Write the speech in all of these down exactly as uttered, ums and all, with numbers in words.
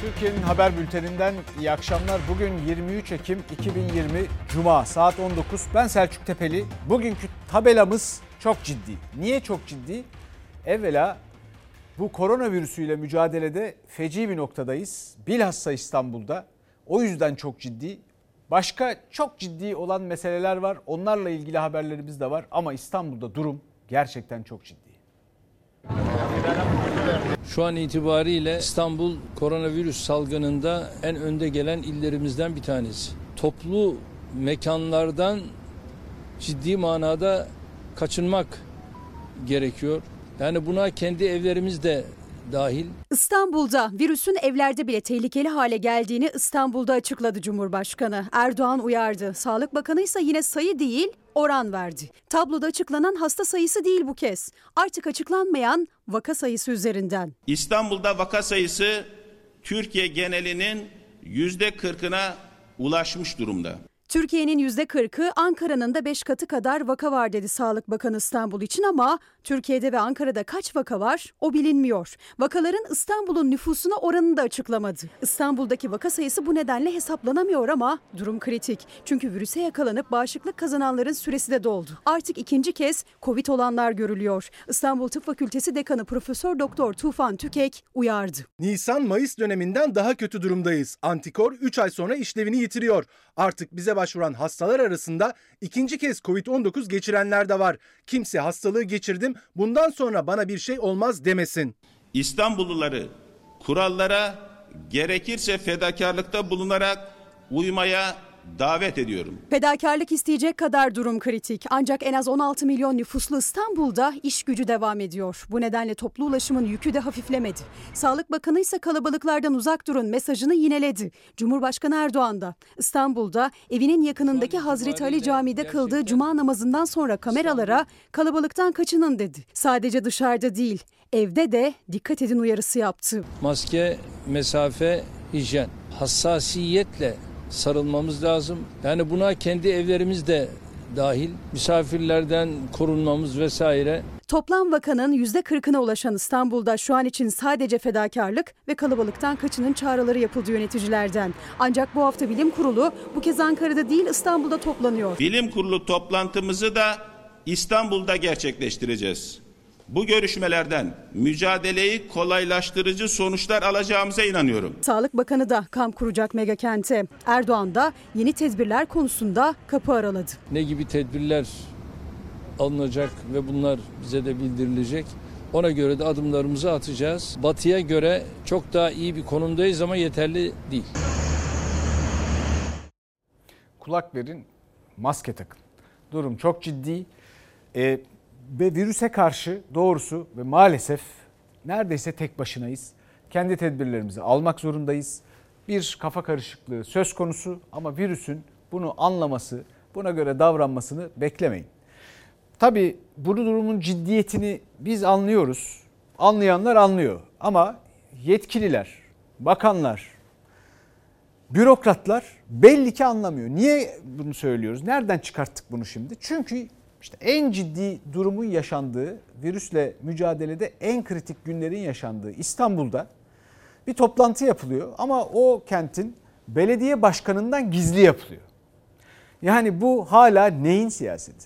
Türkiye'nin haber bülteninden iyi akşamlar. Bugün yirmi üç Ekim iki bin yirmi Cuma saat on dokuz. Ben Selçuk Tepeli. Bugünkü tabelamız çok ciddi. Niye çok ciddi? Evvela bu koronavirüsüyle mücadelede feci bir noktadayız. Bilhassa İstanbul'da. O yüzden çok ciddi. Başka çok ciddi olan meseleler var. Onlarla ilgili haberlerimiz de var. Ama İstanbul'da durum gerçekten çok ciddi. Şu an itibariyle İstanbul koronavirüs salgınında en önde gelen illerimizden bir tanesi. Toplu mekanlardan ciddi manada kaçınmak gerekiyor. Yani buna kendi evlerimiz de dahil. İstanbul'da virüsün evlerde bile tehlikeli hale geldiğini İstanbul'da açıkladı Cumhurbaşkanı. Erdoğan uyardı. Sağlık Bakanı ise yine sayı değil, oran verdi. Tabloda açıklanan hasta sayısı değil bu kez. Artık açıklanmayan vaka sayısı üzerinden. İstanbul'da vaka sayısı Türkiye genelinin yüzde kırkına ulaşmış durumda. Türkiye'nin yüzde kırkı, Ankara'nın da beş katı kadar vaka var dedi Sağlık Bakanı İstanbul için ama Türkiye'de ve Ankara'da kaç vaka var o bilinmiyor. Vakaların İstanbul'un nüfusuna oranını da açıklamadı. İstanbul'daki vaka sayısı bu nedenle hesaplanamıyor ama durum kritik. Çünkü virüse yakalanıp bağışıklık kazananların süresi de doldu. Artık ikinci kez Covid olanlar görülüyor. İstanbul Tıp Fakültesi Dekanı Profesör Doktor Tufan Tükek uyardı. Nisan-Mayıs döneminden daha kötü durumdayız. Antikor üç ay sonra işlevini yitiriyor. Artık bize başvuran hastalar arasında ikinci kez kovid on dokuz geçirenler de var. Kimse hastalığı geçirdim, bundan sonra bana bir şey olmaz demesin. İstanbulluları kurallara gerekirse fedakarlıkta bulunarak uymaya davet ediyorum. Fedakarlık isteyecek kadar durum kritik. Ancak en az on altı milyon nüfuslu İstanbul'da iş gücü devam ediyor. Bu nedenle toplu ulaşımın yükü de hafiflemedi. Sağlık Bakanı ise kalabalıklardan uzak durun mesajını yineledi. Cumhurbaşkanı Erdoğan da İstanbul'da evinin yakınındaki Hazreti Ali Camii'de kıldığı cuma namazından sonra kameralara kalabalıktan kaçının dedi. Sadece dışarıda değil, evde de dikkat edin uyarısı yaptı. Maske, mesafe, hijyen, hassasiyetle sarılmamız lazım. Yani buna kendi evlerimiz de dahil, misafirlerden korunmamız vesaire. Toplam vakanın yüzde kırkına ulaşan İstanbul'da şu an için sadece fedakarlık ve kalabalıktan kaçının çağrıları yapıldı yöneticilerden. Ancak bu hafta bilim kurulu bu kez Ankara'da değil İstanbul'da toplanıyor. Bilim kurulu toplantımızı da İstanbul'da gerçekleştireceğiz. Bu görüşmelerden mücadeleyi kolaylaştırıcı sonuçlar alacağımıza inanıyorum. Sağlık Bakanı da kamp kuracak megakente. Erdoğan da yeni tedbirler konusunda kapı araladı. Ne gibi tedbirler alınacak ve bunlar bize de bildirilecek. Ona göre de adımlarımızı atacağız. Batı'ya göre çok daha iyi bir konumdayız ama yeterli değil. Kulak verin, maske takın. Durum çok ciddi. Ee, Ve virüse karşı doğrusu ve maalesef neredeyse tek başınayız. Kendi tedbirlerimizi almak zorundayız. Bir kafa karışıklığı söz konusu ama virüsün bunu anlaması, buna göre davranmasını beklemeyin. Tabii bu durumun ciddiyetini biz anlıyoruz. Anlayanlar anlıyor ama yetkililer, bakanlar, bürokratlar belli ki anlamıyor. Niye bunu söylüyoruz? Nereden çıkarttık bunu şimdi? Çünkü İşte en ciddi durumun yaşandığı, virüsle mücadelede en kritik günlerin yaşandığı İstanbul'da bir toplantı yapılıyor ama o kentin belediye başkanından gizli yapılıyor. Yani bu hala neyin siyaseti?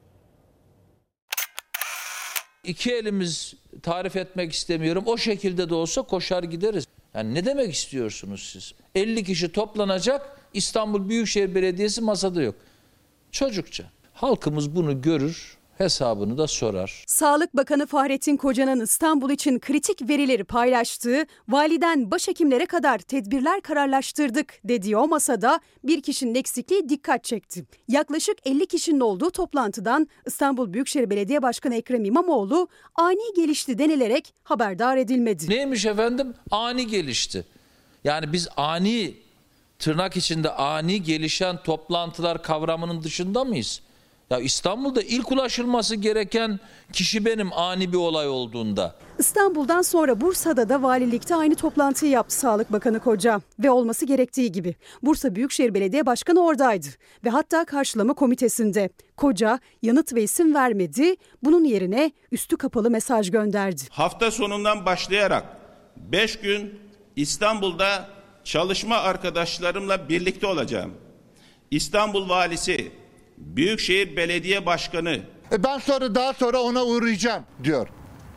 İki elimiz tarif etmek istemiyorum. O şekilde de olsa koşar gideriz. Yani ne demek istiyorsunuz siz? elli kişi toplanacak, İstanbul Büyükşehir Belediyesi masada yok. Çocukça. Halkımız bunu görür, hesabını da sorar. Sağlık Bakanı Fahrettin Koca'nın İstanbul için kritik verileri paylaştığı, validen başhekimlere kadar tedbirler kararlaştırdık dediği o masada bir kişinin eksikliği dikkat çekti. Yaklaşık elli kişinin olduğu toplantıdan İstanbul Büyükşehir Belediye Başkanı Ekrem İmamoğlu ani gelişti denilerek haberdar edilmedi. Neymiş efendim? Ani gelişti. Yani biz ani, tırnak içinde ani gelişen toplantılar kavramının dışında mıyız? Ya İstanbul'da ilk ulaşılması gereken kişi benim ani bir olay olduğunda. İstanbul'dan sonra Bursa'da da valilikte aynı toplantıyı yaptı Sağlık Bakanı Koca ve olması gerektiği gibi. Bursa Büyükşehir Belediye Başkanı oradaydı ve hatta karşılama komitesinde. Koca yanıt ve isim vermedi, bunun yerine üstü kapalı mesaj gönderdi. Hafta sonundan başlayarak beş gün İstanbul'da çalışma arkadaşlarımla birlikte olacağım. İstanbul Valisi, Büyükşehir Belediye Başkanı. E ben sonra daha sonra ona uğrayacağım diyor.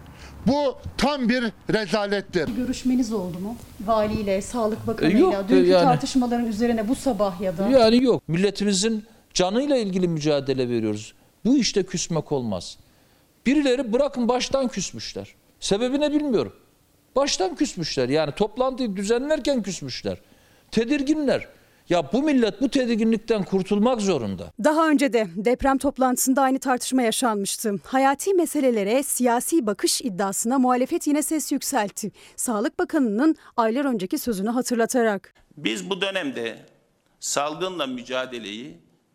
Bu tam bir rezalettir. Görüşmeniz oldu mu? Valiyle, Sağlık Bakanı'yla, E, yok, dünkü yani- tartışmaların üzerine bu sabah ya da... Yani yok. Milletimizin canıyla ilgili mücadele veriyoruz. Bu işte küsmek olmaz. Birileri bırakın baştan küsmüşler. Sebebini bilmiyorum. Baştan küsmüşler. Yani toplantıyı düzenlerken küsmüşler. Tedirginler. Ya bu millet bu tedirginlikten kurtulmak zorunda. Daha önce de deprem toplantısında aynı tartışma yaşanmıştı. Hayati meselelere siyasi bakış iddiasına muhalefet yine ses yükseltti. Sağlık Bakanı'nın aylar önceki sözünü hatırlatarak. Biz bu dönemde salgınla mücadeleyi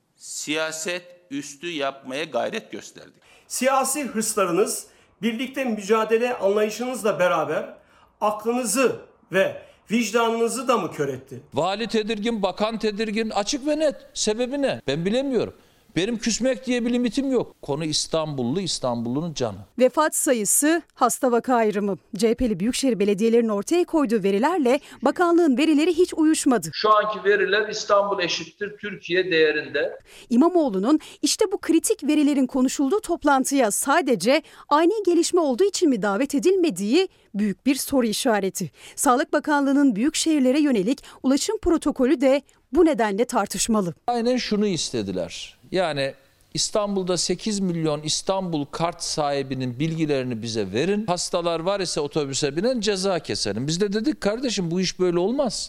siyaset üstü yapmaya gayret gösterdik. Siyasi hırslarınız, birlikte mücadele anlayışınızla beraber aklınızı ve vicdanınızı da mı kör etti? Vali tedirgin, bakan tedirgin, açık ve net. Sebebi ne? Ben bilemiyorum. Benim küsmek diye bir limitim yok. Konu İstanbullu, İstanbullunun canı. Vefat sayısı, hasta vaka ayrımı. C H P'li Büyükşehir Belediyelerinin ortaya koyduğu verilerle bakanlığın verileri hiç uyuşmadı. Şu anki veriler İstanbul eşittir Türkiye değerinde. İmamoğlu'nun işte bu kritik verilerin konuşulduğu toplantıya sadece ani gelişme olduğu için mi davet edilmediği büyük bir soru işareti. Sağlık Bakanlığı'nın büyük şehirlere yönelik ulaşım protokolü de bu nedenle tartışmalı. Aynen şunu istediler. Yani İstanbul'da sekiz milyon İstanbul kart sahibinin bilgilerini bize verin. Hastalar var ise otobüse binen ceza keselim. Biz de dedik kardeşim bu iş böyle olmaz.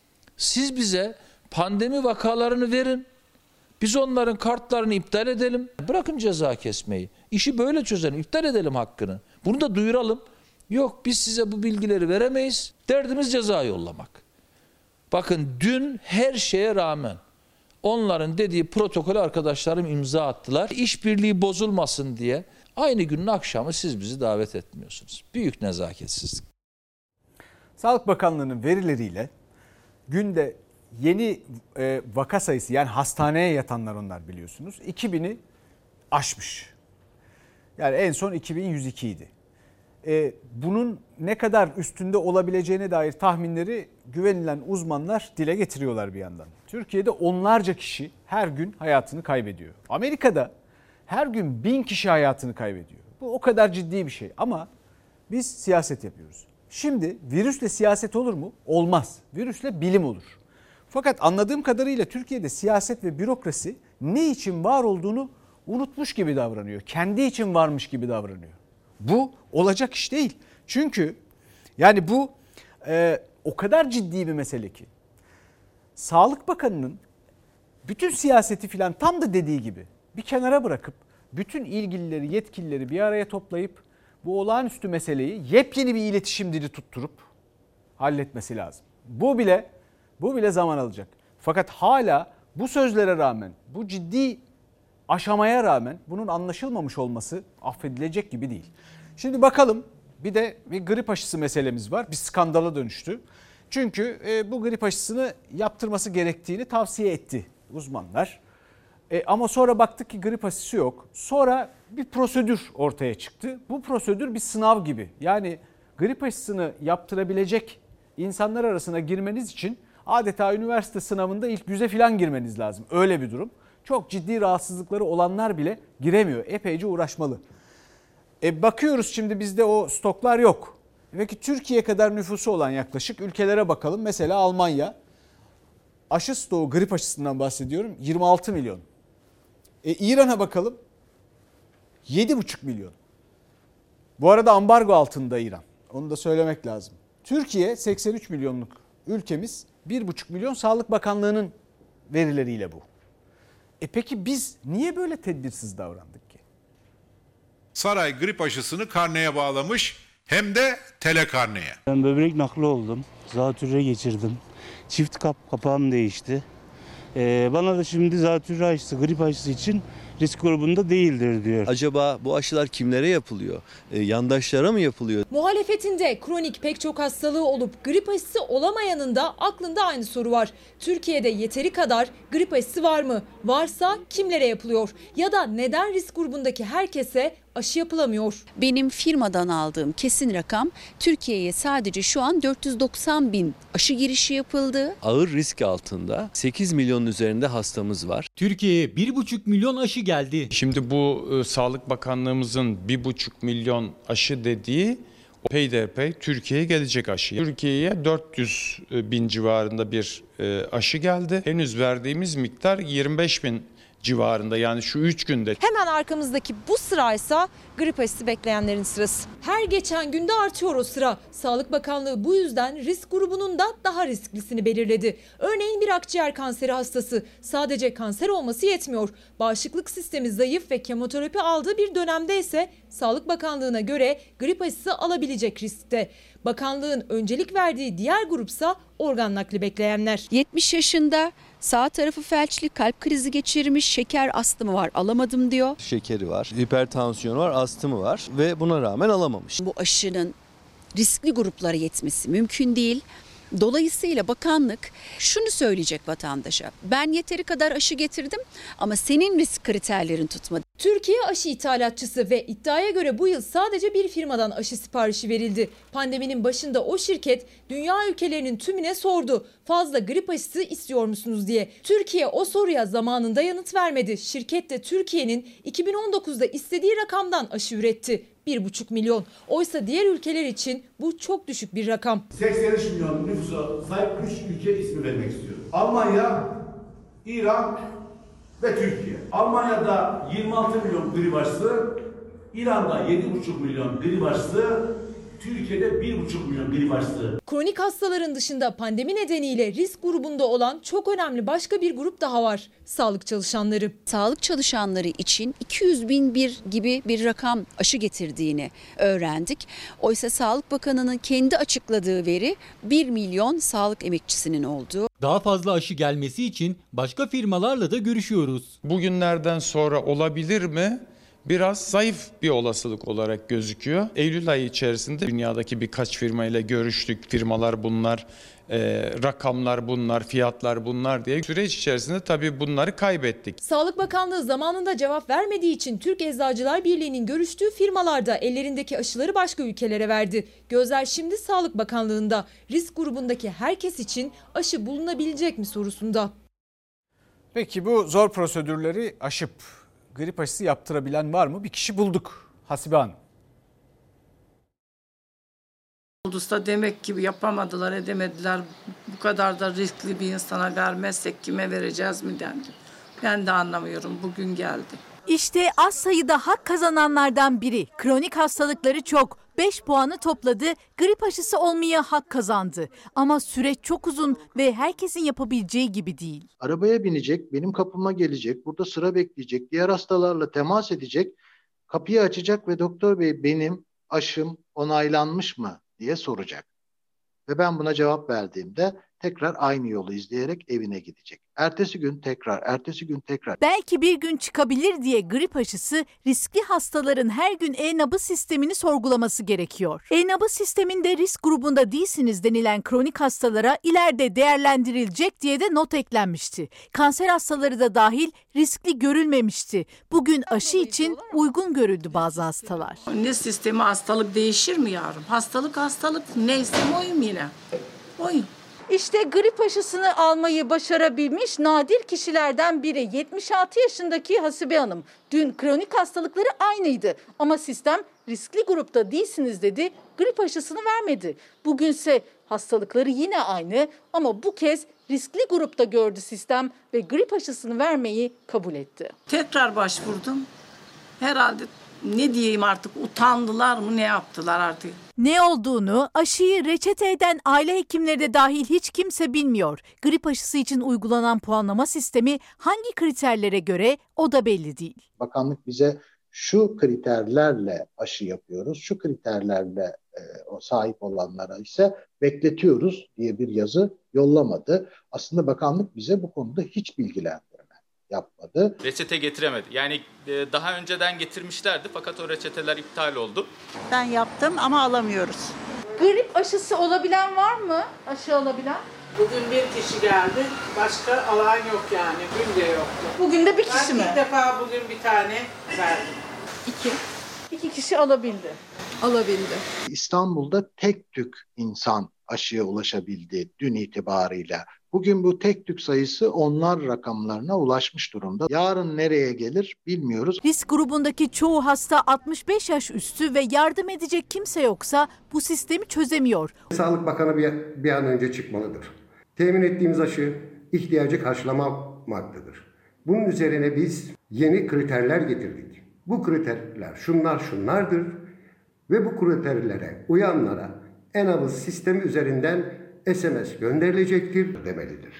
Siz bize pandemi vakalarını verin. Biz onların kartlarını iptal edelim. Bırakın ceza kesmeyi. İşi böyle çözelim. İptal edelim hakkını. Bunu da duyuralım. Yok biz size bu bilgileri veremeyiz. Derdimiz ceza yollamak. Bakın dün her şeye rağmen onların dediği protokole arkadaşlarım imza attılar. İşbirliği bozulmasın diye aynı günün akşamı siz bizi davet etmiyorsunuz. Büyük nezaketsizlik. Sağlık Bakanlığı'nın verileriyle günde yeni e, vaka sayısı, yani hastaneye yatanlar onlar biliyorsunuz, iki bini aşmış. Yani en son iki bin yüz iki idi. E, bunun ne kadar üstünde olabileceğine dair tahminleri güvenilen uzmanlar dile getiriyorlar bir yandan. Türkiye'de onlarca kişi her gün hayatını kaybediyor. Amerika'da her gün bin kişi hayatını kaybediyor. Bu o kadar ciddi bir şey ama biz siyaset yapıyoruz. Şimdi virüsle siyaset olur mu? Olmaz. Virüsle bilim olur. Fakat anladığım kadarıyla Türkiye'de siyaset ve bürokrasi ne için var olduğunu unutmuş gibi davranıyor. Kendi için varmış gibi davranıyor. Bu olacak iş değil. Çünkü yani bu e, o kadar ciddi bir mesele ki. Sağlık Bakanı'nın bütün siyaseti filan tam da dediği gibi bir kenara bırakıp bütün ilgilileri, yetkilileri bir araya toplayıp bu olağanüstü meseleyi yepyeni bir iletişim dili tutturup halletmesi lazım. Bu bile bu bile zaman alacak. Fakat hala bu sözlere rağmen, bu ciddi aşamaya rağmen bunun anlaşılmamış olması affedilecek gibi değil. Şimdi bakalım, bir de bir grip aşısı meselemiz var. Bir skandala dönüştü. Çünkü e, bu grip aşısını yaptırması gerektiğini tavsiye etti uzmanlar. E, ama sonra baktık ki grip aşısı yok. Sonra bir prosedür ortaya çıktı. Bu prosedür bir sınav gibi. Yani grip aşısını yaptırabilecek insanlar arasına girmeniz için adeta üniversite sınavında ilk yüze falan girmeniz lazım. Öyle bir durum. Çok ciddi rahatsızlıkları olanlar bile giremiyor. Epeyce uğraşmalı. E bakıyoruz şimdi bizde o stoklar yok. Peki Türkiye kadar nüfusu olan yaklaşık ülkelere bakalım. Mesela Almanya. Aşı stoğu, grip aşısından bahsediyorum, yirmi altı milyon. E İran'a bakalım. yedi buçuk milyon. Bu arada ambargo altında İran. Onu da söylemek lazım. Türkiye seksen üç milyonluk ülkemiz, bir buçuk milyon Sağlık Bakanlığı'nın verileriyle bu. E peki biz niye böyle tedbirsiz davrandık ki? Saray grip aşısını karneye bağlamış, hem de telekarneye. Ben böbrek nakli oldum. Zatürre geçirdim. Çift kap kapağım değişti. Ee, bana da şimdi zatürre aşısı, grip aşısı için risk grubunda değildir diyor. Acaba bu aşılar kimlere yapılıyor? Ee, yandaşlara mı yapılıyor? Muhalefetinde kronik pek çok hastalığı olup grip aşısı olamayanın da aklında aynı soru var. Türkiye'de yeteri kadar grip aşısı var mı? Varsa kimlere yapılıyor? Ya da neden risk grubundaki herkese aşı yapılamıyor. Benim firmadan aldığım kesin rakam Türkiye'ye sadece şu an dört yüz doksan bin aşı girişi yapıldı. Ağır risk altında sekiz milyonun üzerinde hastamız var. Türkiye'ye bir buçuk milyon aşı geldi. Şimdi bu e, Sağlık Bakanlığımızın bir buçuk milyon aşı dediği peyderpey Türkiye'ye gelecek aşı. Türkiye'ye dört yüz bin civarında bir e, aşı geldi. Henüz verdiğimiz miktar yirmi beş bin civarında, yani şu üç günde. Hemen arkamızdaki bu sıraysa grip aşısı bekleyenlerin sırası. Her geçen günde artıyor o sıra. Sağlık Bakanlığı bu yüzden risk grubunun da daha risklisini belirledi. Örneğin bir akciğer kanseri hastası. Sadece kanser olması yetmiyor. Bağışıklık sistemi zayıf ve kemoterapi aldığı bir dönemde ise Sağlık Bakanlığı'na göre grip aşısı alabilecek riskte. Bakanlığın öncelik verdiği diğer grupsa organ nakli bekleyenler. yetmiş yaşında, sağ tarafı felçli, kalp krizi geçirmiş, şeker astımı var, alamadım diyor. Şekeri var, hipertansiyonu var, astımı var ve buna rağmen alamamış. Bu aşının riskli gruplara yetmesi mümkün değil. Dolayısıyla bakanlık şunu söyleyecek vatandaşa: ben yeteri kadar aşı getirdim ama senin risk kriterlerin tutmadı. Türkiye aşı ithalatçısı ve iddiaya göre bu yıl sadece bir firmadan aşı siparişi verildi. Pandeminin başında o şirket dünya ülkelerinin tümüne sordu: fazla grip aşısı istiyor musunuz diye. Türkiye o soruya zamanında yanıt vermedi. Şirket de Türkiye'nin iki bin on dokuzda istediği rakamdan aşı üretti. bir buçuk milyon. Oysa diğer ülkeler için bu çok düşük bir rakam. seksen üç milyon nüfusa sahip üç ülke ismi vermek istiyorum. Almanya, İran ve Türkiye. Almanya'da yirmi altı milyon grip aşısı, İran'da yedi buçuk milyon grip aşısı, Türkiye'de bir buçuk milyon grip aşısı. Kronik hastaların dışında pandemi nedeniyle risk grubunda olan çok önemli başka bir grup daha var: sağlık çalışanları. Sağlık çalışanları için iki yüz bin bir gibi bir rakam aşı getirdiğini öğrendik. Oysa Sağlık Bakanı'nın kendi açıkladığı veri bir milyon sağlık emekçisinin olduğu. Daha fazla aşı gelmesi için başka firmalarla da görüşüyoruz. Bugünlerden sonra olabilir mi? Biraz zayıf bir olasılık olarak gözüküyor. Eylül ayı içerisinde dünyadaki birkaç firmayla görüştük. Firmalar bunlar, e, rakamlar bunlar, fiyatlar bunlar diye. Süreç içerisinde tabii bunları kaybettik. Sağlık Bakanlığı zamanında cevap vermediği için Türk Eczacılar Birliği'nin görüştüğü firmalarda ellerindeki aşıları başka ülkelere verdi. Gözler şimdi Sağlık Bakanlığı'nda. Risk grubundaki herkes için aşı bulunabilecek mi sorusunda. Peki bu zor prosedürleri aşıp grip aşısı yaptırabilen var mı? Bir kişi bulduk. Hasibe Hanım. Ulus'ta demek ki yapamadılar, edemediler. Bu kadar da riskli bir insana vermezsek kime vereceğiz mi dendi. Ben de anlamıyorum. Bugün geldi. İşte az sayıda hak kazananlardan biri. Kronik hastalıkları çok. beş puanı topladı, grip aşısı olmaya hak kazandı. Ama süreç çok uzun ve herkesin yapabileceği gibi değil. Arabaya binecek, benim kapıma gelecek, burada sıra bekleyecek, diğer hastalarla temas edecek, kapıyı açacak ve doktor bey benim aşım onaylanmış mı diye soracak. Ve ben buna cevap verdiğimde tekrar aynı yolu izleyerek evine gidecek. Ertesi gün tekrar, ertesi gün tekrar. Belki bir gün çıkabilir diye grip aşısı riskli hastaların her gün e-nabız sistemini sorgulaması gerekiyor. E-nabız sisteminde risk grubunda değilsiniz denilen kronik hastalara ileride değerlendirilecek diye de not eklenmişti. Kanser hastaları da dahil riskli görülmemişti. Bugün aşı için uygun görüldü bazı hastalar. Ne sistemi, hastalık değişir mi yavrum? Hastalık hastalık, neyse oyum yine. Oyum. İşte grip aşısını almayı başarabilmiş nadir kişilerden biri yetmiş altı yaşındaki Hasibe Hanım. Dün kronik hastalıkları aynıydı ama sistem riskli grupta değilsiniz dedi, grip aşısını vermedi. Bugünse hastalıkları yine aynı ama bu kez riskli grupta gördü sistem ve grip aşısını vermeyi kabul etti. Tekrar başvurdum. Herhalde ne diyeyim artık, utandılar mı, ne yaptılar artık? Ne olduğunu, aşıyı reçete eden aile hekimleri de dahil hiç kimse bilmiyor. Grip aşısı için uygulanan puanlama sistemi hangi kriterlere göre o da belli değil. Bakanlık bize şu kriterlerle aşı yapıyoruz, şu kriterlerle e, o sahip olanlara ise bekletiyoruz diye bir yazı yollamadı. Aslında bakanlık bize bu konuda hiç bilgilendirmedi. Yapmadı. Reçete getiremedi. Yani daha önceden getirmişlerdi fakat o reçeteler iptal oldu. Ben yaptım ama alamıyoruz. Grip aşısı olabilen var mı? Aşı alabilen? Bugün bir kişi geldi. Başka alan yok yani. Gün de yoktu. Bugün de bir kişi ben mi? Ben ilk defa bugün bir tane verdim. İki. İki kişi alabildi. Alabildi. İstanbul'da tek tük insan aşıya ulaşabildi dün itibarıyla. Bugün bu tek tük sayısı onlar rakamlarına ulaşmış durumda. Yarın nereye gelir bilmiyoruz. Risk grubundaki çoğu hasta altmış beş yaş üstü ve yardım edecek kimse yoksa bu sistemi çözemiyor. Sağlık Bakanı bir, bir an önce çıkmalıdır. Temin ettiğimiz aşı ihtiyacı karşılamaktadır. Bunun üzerine biz yeni kriterler getirdik. Bu kriterler şunlar şunlardır ve bu kriterlere uyanlara e-nabız sistemi üzerinden S M S gönderilecektir demelidir.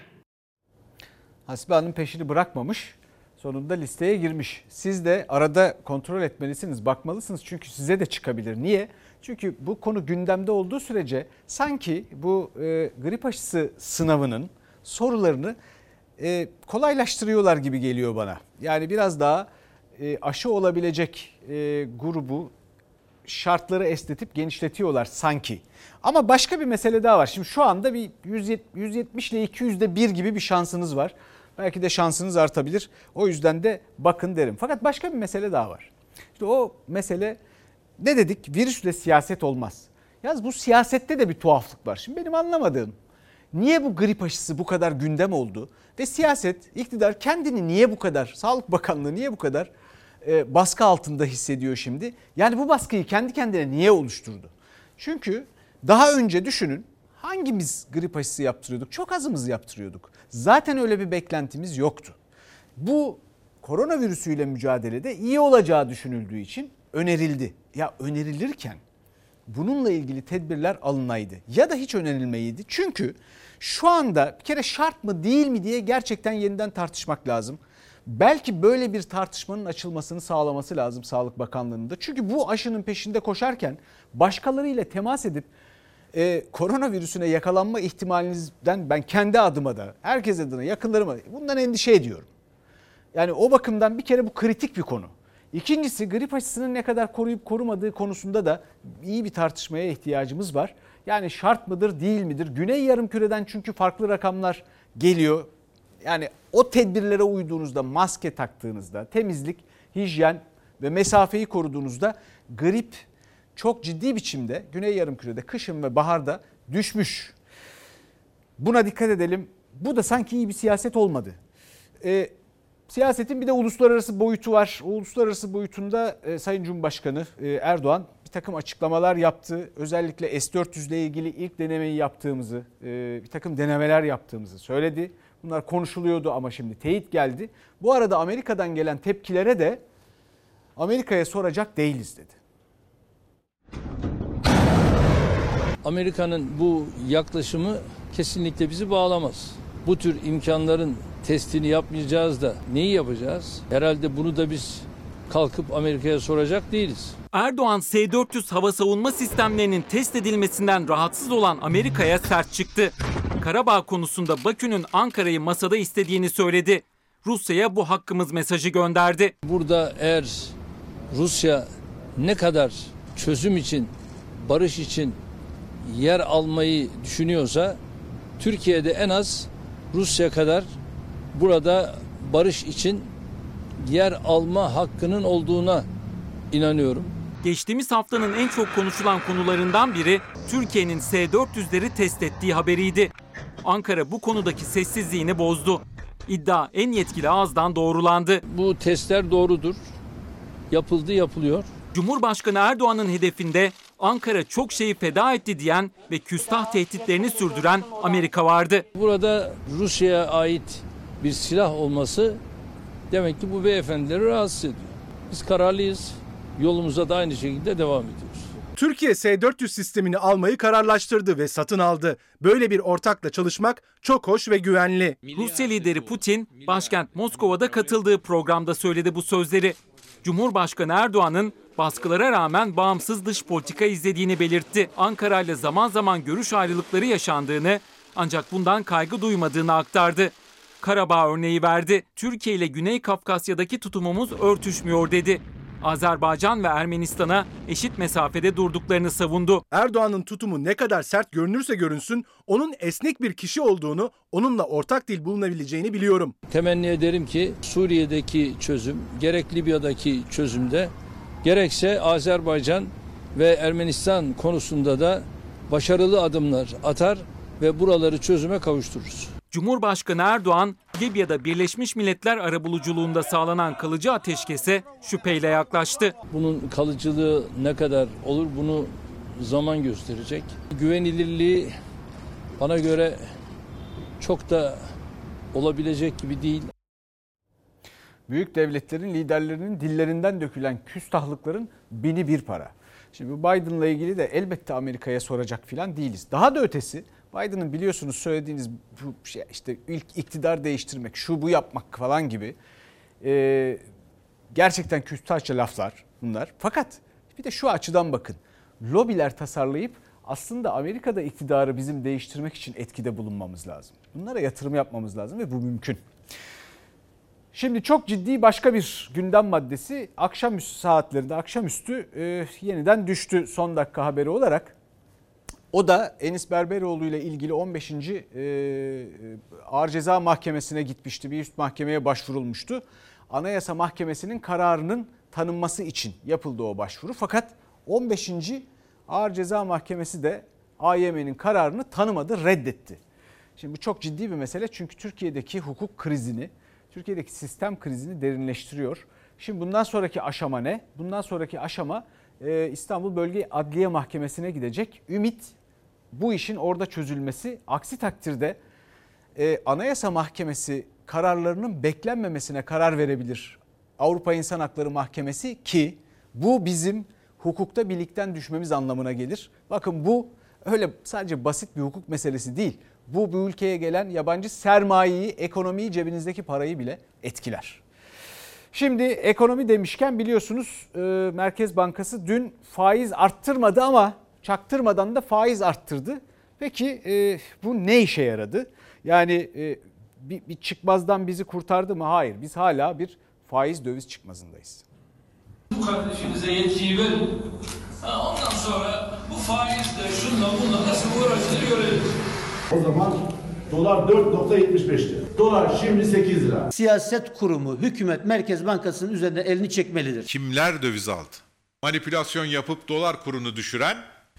Hasibe Hanım peşini bırakmamış. Sonunda listeye girmiş. Siz de arada kontrol etmelisiniz, bakmalısınız. Çünkü size de çıkabilir. Niye? Çünkü bu konu gündemde olduğu sürece sanki bu e, grip aşısı sınavının sorularını e, kolaylaştırıyorlar gibi geliyor bana. Yani biraz daha e, aşı olabilecek e, grubu şartları esnetip genişletiyorlar sanki. Ama başka bir mesele daha var. Şimdi şu anda bir yüz yetmiş ile iki yüzde bir gibi bir şansınız var. Belki de şansınız artabilir. O yüzden de bakın derim. Fakat başka bir mesele daha var. İşte o mesele ne dedik? Virüsle siyaset olmaz. Yalnız bu siyasette de bir tuhaflık var. Şimdi benim anlamadığım niye bu grip aşısı bu kadar gündem oldu? Ve siyaset, iktidar kendini niye bu kadar, Sağlık Bakanlığı niye bu kadar e, baskı altında hissediyor şimdi? Yani bu baskıyı kendi kendine niye oluşturdu? Çünkü daha önce düşünün, hangimiz grip aşısı yaptırıyorduk? Çok azımız yaptırıyorduk. Zaten öyle bir beklentimiz yoktu. Bu koronavirüsüyle mücadelede iyi olacağı düşünüldüğü için önerildi. Ya önerilirken bununla ilgili tedbirler alınaydı ya da hiç önerilmeydi. Çünkü şu anda bir kere şart mı değil mi diye gerçekten yeniden tartışmak lazım. Belki böyle bir tartışmanın açılmasını sağlaması lazım Sağlık Bakanlığı'nda. Çünkü bu aşının peşinde koşarken başkalarıyla temas edip e, koronavirüsüne yakalanma ihtimalinizden ben kendi adıma da herkes adına yakınlarıma bundan endişe ediyorum. Yani o bakımdan bir kere bu kritik bir konu. İkincisi grip aşısının ne kadar koruyup korumadığı konusunda da iyi bir tartışmaya ihtiyacımız var. Yani şart mıdır değil midir? Güney Yarımküre'den çünkü farklı rakamlar geliyor. Yani o tedbirlere uyduğunuzda, maske taktığınızda, temizlik, hijyen ve mesafeyi koruduğunuzda grip çok ciddi biçimde Güney Yarımküre'de kışın ve baharda düşmüş. Buna dikkat edelim. Bu da sanki iyi bir siyaset olmadı. Ee, siyasetin bir de uluslararası boyutu var. O uluslararası boyutunda e, Sayın Cumhurbaşkanı e, Erdoğan bir takım açıklamalar yaptı. Özellikle S dört yüz ile ilgili ilk denemeyi yaptığımızı, e, bir takım denemeler yaptığımızı söyledi. Bunlar konuşuluyordu ama şimdi teyit geldi. Bu arada Amerika'dan gelen tepkilere de Amerika'ya soracak değiliz dedi. Amerika'nın bu yaklaşımı kesinlikle bizi bağlamaz. Bu tür imkanların testini yapmayacağız da neyi yapacağız? Herhalde bunu da biz kalkıp Amerika'ya soracak değiliz. Erdoğan S dört yüz hava savunma sistemlerinin test edilmesinden rahatsız olan Amerika'ya sert çıktı. Karabağ konusunda Bakü'nün Ankara'yı masada istediğini söyledi. Rusya'ya bu hakkımız mesajı gönderdi. Burada eğer Rusya ne kadar çözüm için, barış için yer almayı düşünüyorsa Türkiye'de en az Rusya kadar burada barış için yer alma hakkının olduğuna inanıyorum. Geçtiğimiz haftanın en çok konuşulan konularından biri Türkiye'nin S dört yüzleri test ettiği haberiydi. Ankara bu konudaki sessizliğini bozdu. İddia en yetkili ağızdan doğrulandı. Bu testler doğrudur. Yapıldı, yapılıyor. Cumhurbaşkanı Erdoğan'ın hedefinde Ankara çok şeyi feda etti diyen ve küstah tehditlerini sürdüren Amerika vardı. Burada Rusya'ya ait bir silah olması demek ki bu beyefendileri rahatsız ediyor. Biz kararlıyız. Yolumuza da aynı şekilde devam ediyoruz. Türkiye S dört yüz sistemini almayı kararlaştırdı ve satın aldı. Böyle bir ortakla çalışmak çok hoş ve güvenli. Rusya lideri Putin, başkent Moskova'da katıldığı programda söyledi bu sözleri. Cumhurbaşkanı Erdoğan'ın baskılara rağmen bağımsız dış politika izlediğini belirtti. Ankara ile zaman zaman görüş ayrılıkları yaşandığını ancak bundan kaygı duymadığını aktardı. Karabağ örneği verdi. Türkiye ile Güney Kafkasya'daki tutumumuz örtüşmüyor dedi. Azerbaycan ve Ermenistan'a eşit mesafede durduklarını savundu. Erdoğan'ın tutumu ne kadar sert görünürse görünsün, onun esnek bir kişi olduğunu, onunla ortak dil bulunabileceğini biliyorum. Temenni ederim ki Suriye'deki çözüm, gerek Libya'daki çözümde gerekse Azerbaycan ve Ermenistan konusunda da başarılı adımlar atar ve buraları çözüme kavuştururuz. Cumhurbaşkanı Erdoğan, Libya'da Birleşmiş Milletler arabuluculuğunda sağlanan kalıcı ateşkese şüpheyle yaklaştı. Bunun kalıcılığı ne kadar olur bunu zaman gösterecek. Güvenilirliği bana göre çok da olabilecek gibi değil. Büyük devletlerin liderlerinin dillerinden dökülen küstahlıkların bini bir para. Şimdi bu Biden'la ilgili de elbette Amerika'ya soracak filan değiliz. Daha da ötesi Biden'ın biliyorsunuz söylediğiniz bu şey işte ilk iktidar değiştirmek, şu bu yapmak falan gibi e, gerçekten küstahça laflar bunlar. Fakat bir de şu açıdan bakın. Lobiler tasarlayıp aslında Amerika'da iktidarı bizim değiştirmek için etkide bulunmamız lazım. Bunlara yatırım yapmamız lazım ve bu mümkün. Şimdi çok ciddi başka bir gündem maddesi akşamüstü saatlerinde akşamüstü e, yeniden düştü son dakika haberi olarak. O da Enis Berberoğlu ile ilgili on beşinci E, Ağır Ceza Mahkemesi'ne gitmişti. Bir üst mahkemeye başvurulmuştu. Anayasa Mahkemesi'nin kararının tanınması için yapıldı o başvuru. Fakat on beşinci Ağır Ceza Mahkemesi de A Y M'nin kararını tanımadı, reddetti. Şimdi bu çok ciddi bir mesele çünkü Türkiye'deki hukuk krizini, Türkiye'deki sistem krizini derinleştiriyor. Şimdi bundan sonraki aşama ne? Bundan sonraki aşama e, İstanbul Bölge Adliye Mahkemesi'ne gidecek. Ümit bu işin orada çözülmesi. Aksi takdirde e, Anayasa Mahkemesi kararlarının beklenmemesine karar verebilir. Avrupa İnsan Hakları Mahkemesi ki bu bizim hukukta birlikten düşmemiz anlamına gelir. Bakın bu öyle sadece basit bir hukuk meselesi değil. Bu bu ülkeye gelen yabancı sermayeyi, ekonomiyi, cebinizdeki parayı bile etkiler. Şimdi ekonomi demişken biliyorsunuz Merkez Bankası dün faiz arttırmadı ama çaktırmadan da faiz arttırdı. Peki bu ne işe yaradı? Yani bir, bir çıkmazdan bizi kurtardı mı? Hayır, biz hala bir faiz döviz çıkmazındayız. Bu kardeşinize yetkiyi verin. Ha, ondan sonra bu faizle şunla bunla nasıl uğraşılır görelim. O zaman dolar dört nokta yetmiş beşti. Dolar şimdi sekiz lira. Siyaset kurumu, hükümet, Merkez Bankası'nın üzerinden elini çekmelidir. Kimler döviz aldı? Manipülasyon yapıp dolar kurunu düşüren,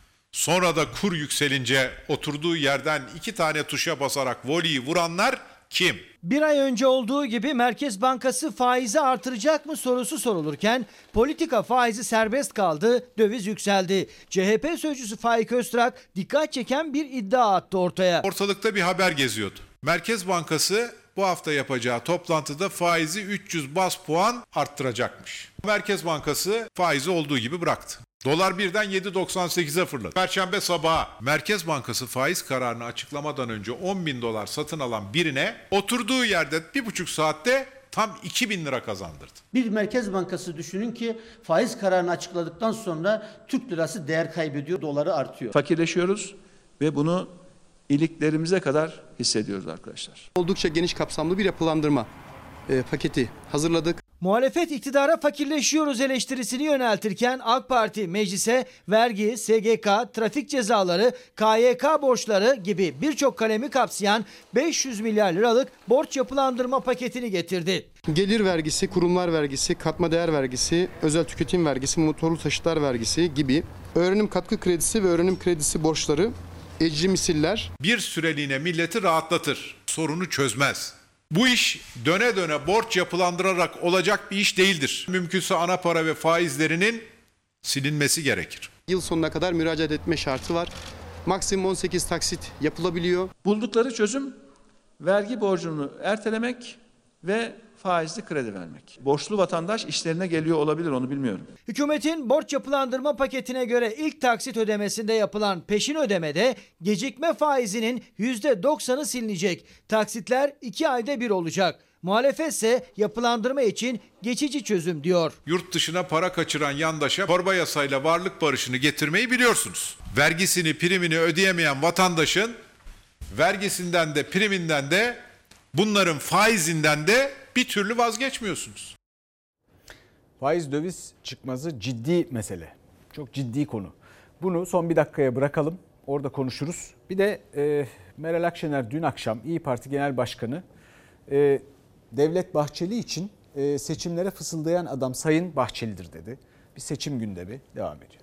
sonra da kur yükselince oturduğu yerden iki tane tuşa basarak voleyi vuranlar kim? Bir ay önce olduğu gibi Merkez Bankası faizi artıracak mı sorusu sorulurken politika faizi serbest kaldı, döviz yükseldi. C H P sözcüsü Faik Öztrak dikkat çeken bir iddia attı ortaya. Ortalıkta bir haber geziyordu. Merkez Bankası bu hafta yapacağı toplantıda faizi üç yüz baz puan arttıracakmış. Merkez Bankası faizi olduğu gibi bıraktı. Dolar birden yedi virgül doksan sekize fırladı. Perşembe sabahı Merkez Bankası faiz kararını açıklamadan önce on bin dolar satın alan birine oturduğu yerde bir buçuk saatte tam iki bin lira kazandırdı. Bir Merkez Bankası düşünün ki faiz kararını açıkladıktan sonra Türk lirası değer kaybediyor, doları artıyor. Fakirleşiyoruz ve bunu iliklerimize kadar hissediyoruz arkadaşlar. Oldukça geniş kapsamlı bir yapılandırma e, paketi hazırladık. Muhalefet iktidara fakirleşiyoruz eleştirisini yöneltirken AK Parti meclise vergi, S G K, trafik cezaları, K Y K borçları gibi birçok kalemi kapsayan beş yüz milyar liralık borç yapılandırma paketini getirdi. Gelir vergisi, kurumlar vergisi, katma değer vergisi, özel tüketim vergisi, motorlu taşıtlar vergisi gibi öğrenim katkı kredisi ve öğrenim kredisi borçları, ecri misiller. Bir süreliğine milleti rahatlatır, sorunu çözmez. Bu iş döne döne borç yapılandırarak olacak bir iş değildir. Mümkünse ana para ve faizlerinin silinmesi gerekir. Yıl sonuna kadar müracaat etme şartı var. Maksimum on sekiz taksit yapılabiliyor. Buldukları çözüm vergi borcunu ertelemek ve faizli kredi vermek. Borçlu vatandaş işlerine geliyor olabilir, onu bilmiyorum. Hükümetin borç yapılandırma paketine göre ilk taksit ödemesinde yapılan peşin ödemede gecikme faizinin yüzde doksanı silinecek. Taksitler iki ayda bir olacak. Muhalefet ise yapılandırma için geçici çözüm diyor. Yurt dışına para kaçıran yandaşa torba yasayla varlık barışını getirmeyi biliyorsunuz. Vergisini, primini ödeyemeyen vatandaşın vergisinden de priminden de bunların faizinden de bir türlü vazgeçmiyorsunuz. Faiz döviz çıkmazı ciddi mesele. Çok ciddi konu. Bunu son bir dakikaya bırakalım. Orada konuşuruz. Bir de e, Meral Akşener dün akşam İYİ Parti Genel Başkanı e, Devlet Bahçeli için e, seçimlere fısıldayan adam Sayın Bahçeli'dir dedi. Bir bir seçim gündemi devam ediyor.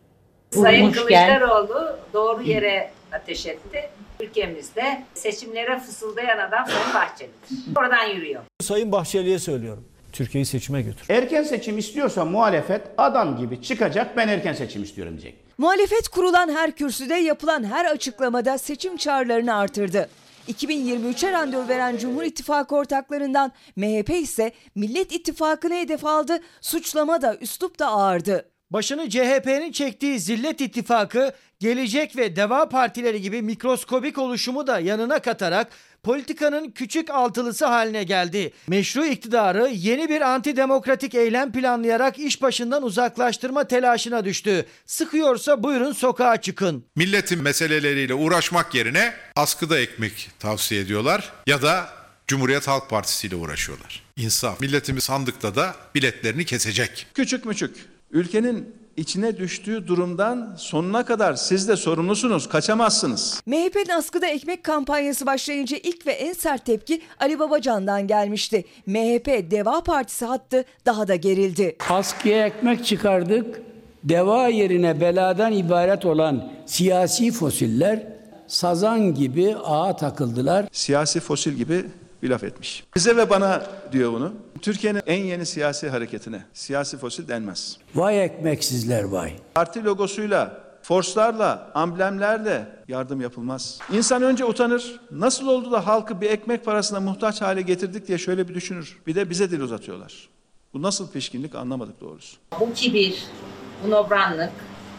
Sayın Kılıçdaroğlu doğru yere ateş etti. Ülkemizde seçimlere fısıldayan adam Sayın Bahçeli'dir. Oradan yürüyor. Sayın Bahçeli'ye söylüyorum. Türkiye'yi seçime götür. Erken seçim istiyorsa muhalefet adam gibi çıkacak, ben erken seçim istiyorum diyecek. Muhalefet kurulan her kürsüde, yapılan her açıklamada seçim çağrılarını artırdı. iki bin yirmi üçe randevu veren Cumhur İttifakı ortaklarından M H P ise Millet İttifakı'nı hedef aldı, suçlama da üslup da ağırdı. Başını C H P'nin çektiği Zillet İttifakı, Gelecek ve Deva partileri gibi mikroskobik oluşumu da yanına katarak politikanın küçük altılısı haline geldi. Meşru iktidarı yeni bir antidemokratik eylem planlayarak iş başından uzaklaştırma telaşına düştü. Sıkıyorsa buyurun sokağa çıkın. Milletin meseleleriyle uğraşmak yerine askıda ekmek tavsiye ediyorlar ya da Cumhuriyet Halk Partisi ile uğraşıyorlar. İnsaf. Milletimiz sandıkta da biletlerini kesecek. Küçük müçük. Ülkenin içine düştüğü durumdan sonuna kadar siz de sorumlusunuz, kaçamazsınız. M H P'nin askıda ekmek kampanyası başlayınca ilk ve en sert tepki Ali Babacan'dan gelmişti. M H P Deva Partisi hattı daha da gerildi. Askıya ekmek çıkardık. Deva yerine beladan ibaret olan siyasi fosiller sazan gibi ağa takıldılar. Siyasi fosil gibi bir laf etmiş. Bize ve bana diyor bunu. Türkiye'nin en yeni siyasi hareketine siyasi fosil denmez. Vay ekmeksizler vay. Parti logosuyla, forslarla, amblemlerle yardım yapılmaz. İnsan önce utanır. Nasıl oldu da halkı bir ekmek parasına muhtaç hale getirdik diye şöyle bir düşünür. Bir de bize dil uzatıyorlar. Bu nasıl pişkinlik anlamadık doğrusu. Bu kibir, bu nobranlık,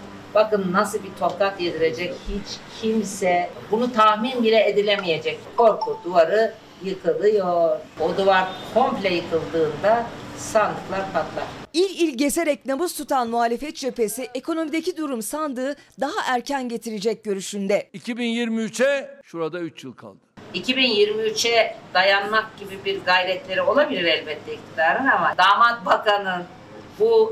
bakın nasıl bir tokat yedirecek hiç kimse, bunu tahmin bile edilemeyecek. Korku duvarı yıkılıyor. O duvar komple yıkıldığında sandıklar patlar. İl il gezerek nabız tutan muhalefet cephesi ekonomideki durum sandığı daha erken getirecek görüşünde. iki bin yirmi üçe şurada üç yıl kaldı. iki bin yirmi üçe dayanmak gibi bir gayretleri olabilir elbette iktidarın ama damat bakanın bu